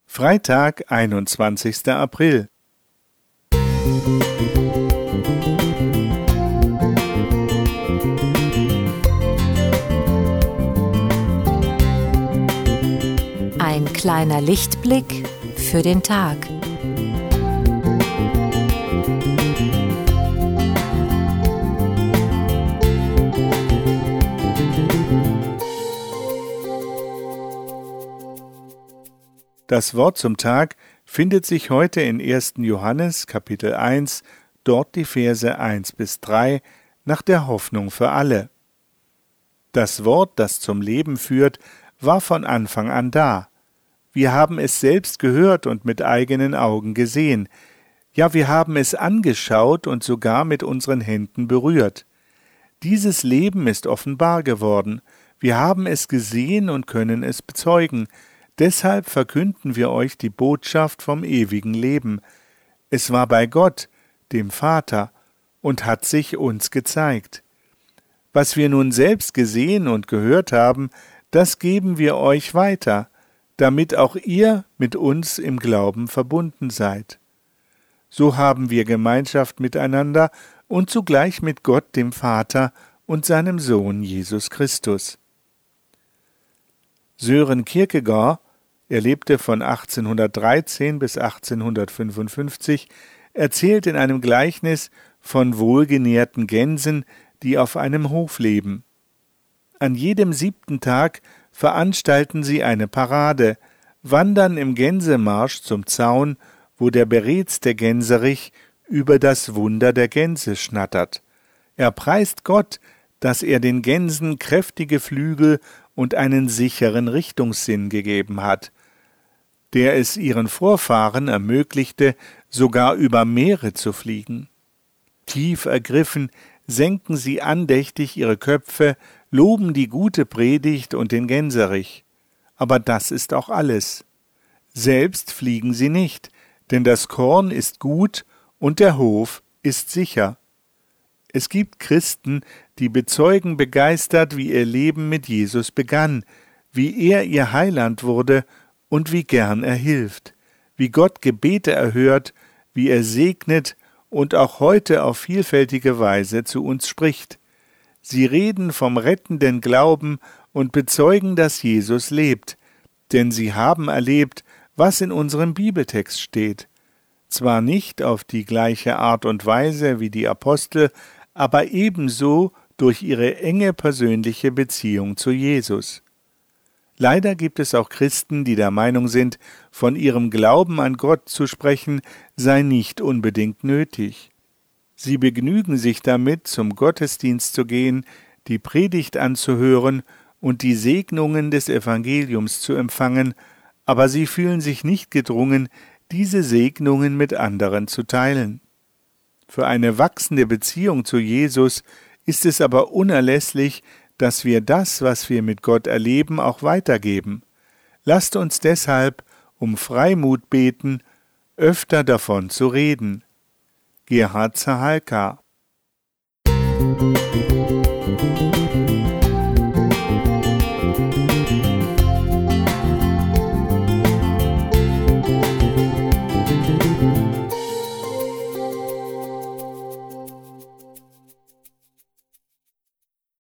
Freitag, 21. April. Ein kleiner Lichtblick für den Tag. Das Wort zum Tag findet sich heute in 1. Johannes, Kapitel 1, dort die Verse 1 bis 3, nach der Hoffnung für alle. Das Wort, das zum Leben führt, war von Anfang an da. Wir haben es selbst gehört und mit eigenen Augen gesehen. Ja, wir haben es angeschaut und sogar mit unseren Händen berührt. Dieses Leben ist offenbar geworden. Wir haben es gesehen und können es bezeugen. Deshalb verkünden wir euch die Botschaft vom ewigen Leben. Es war bei Gott, dem Vater, und hat sich uns gezeigt. Was wir nun selbst gesehen und gehört haben, das geben wir euch weiter, damit auch ihr mit uns im Glauben verbunden seid. So haben wir Gemeinschaft miteinander und zugleich mit Gott, dem Vater, und seinem Sohn Jesus Christus. Søren Kierkegaard, er lebte von 1813 bis 1855, erzählt in einem Gleichnis von wohlgenährten Gänsen, die auf einem Hof leben. An jedem 7. Tag veranstalten sie eine Parade, wandern im Gänsemarsch zum Zaun, wo der beredste Gänserich über das Wunder der Gänse schnattert. Er preist Gott, dass er den Gänsen kräftige Flügel und einen sicheren Richtungssinn gegeben hat, der es ihren Vorfahren ermöglichte, sogar über Meere zu fliegen. Tief ergriffen senken sie andächtig ihre Köpfe, loben die gute Predigt und den Gänserich. Aber das ist auch alles. Selbst fliegen sie nicht, denn das Korn ist gut und der Hof ist sicher. Es gibt Christen, die bezeugen begeistert, wie ihr Leben mit Jesus begann, wie er ihr Heiland wurde und wie gern er hilft, wie Gott Gebete erhört, wie er segnet und auch heute auf vielfältige Weise zu uns spricht. Sie reden vom rettenden Glauben und bezeugen, dass Jesus lebt, denn sie haben erlebt, was in unserem Bibeltext steht. Zwar nicht auf die gleiche Art und Weise wie die Apostel, aber ebenso durch ihre enge persönliche Beziehung zu Jesus. Leider gibt es auch Christen, die der Meinung sind, von ihrem Glauben an Gott zu sprechen, sei nicht unbedingt nötig. Sie begnügen sich damit, zum Gottesdienst zu gehen, die Predigt anzuhören und die Segnungen des Evangeliums zu empfangen, aber sie fühlen sich nicht gedrungen, diese Segnungen mit anderen zu teilen. Für eine wachsende Beziehung zu Jesus ist es aber unerlässlich, dass wir das, was wir mit Gott erleben, auch weitergeben. Lasst uns deshalb um Freimut beten, öfter davon zu reden. Gerhard Zahalka.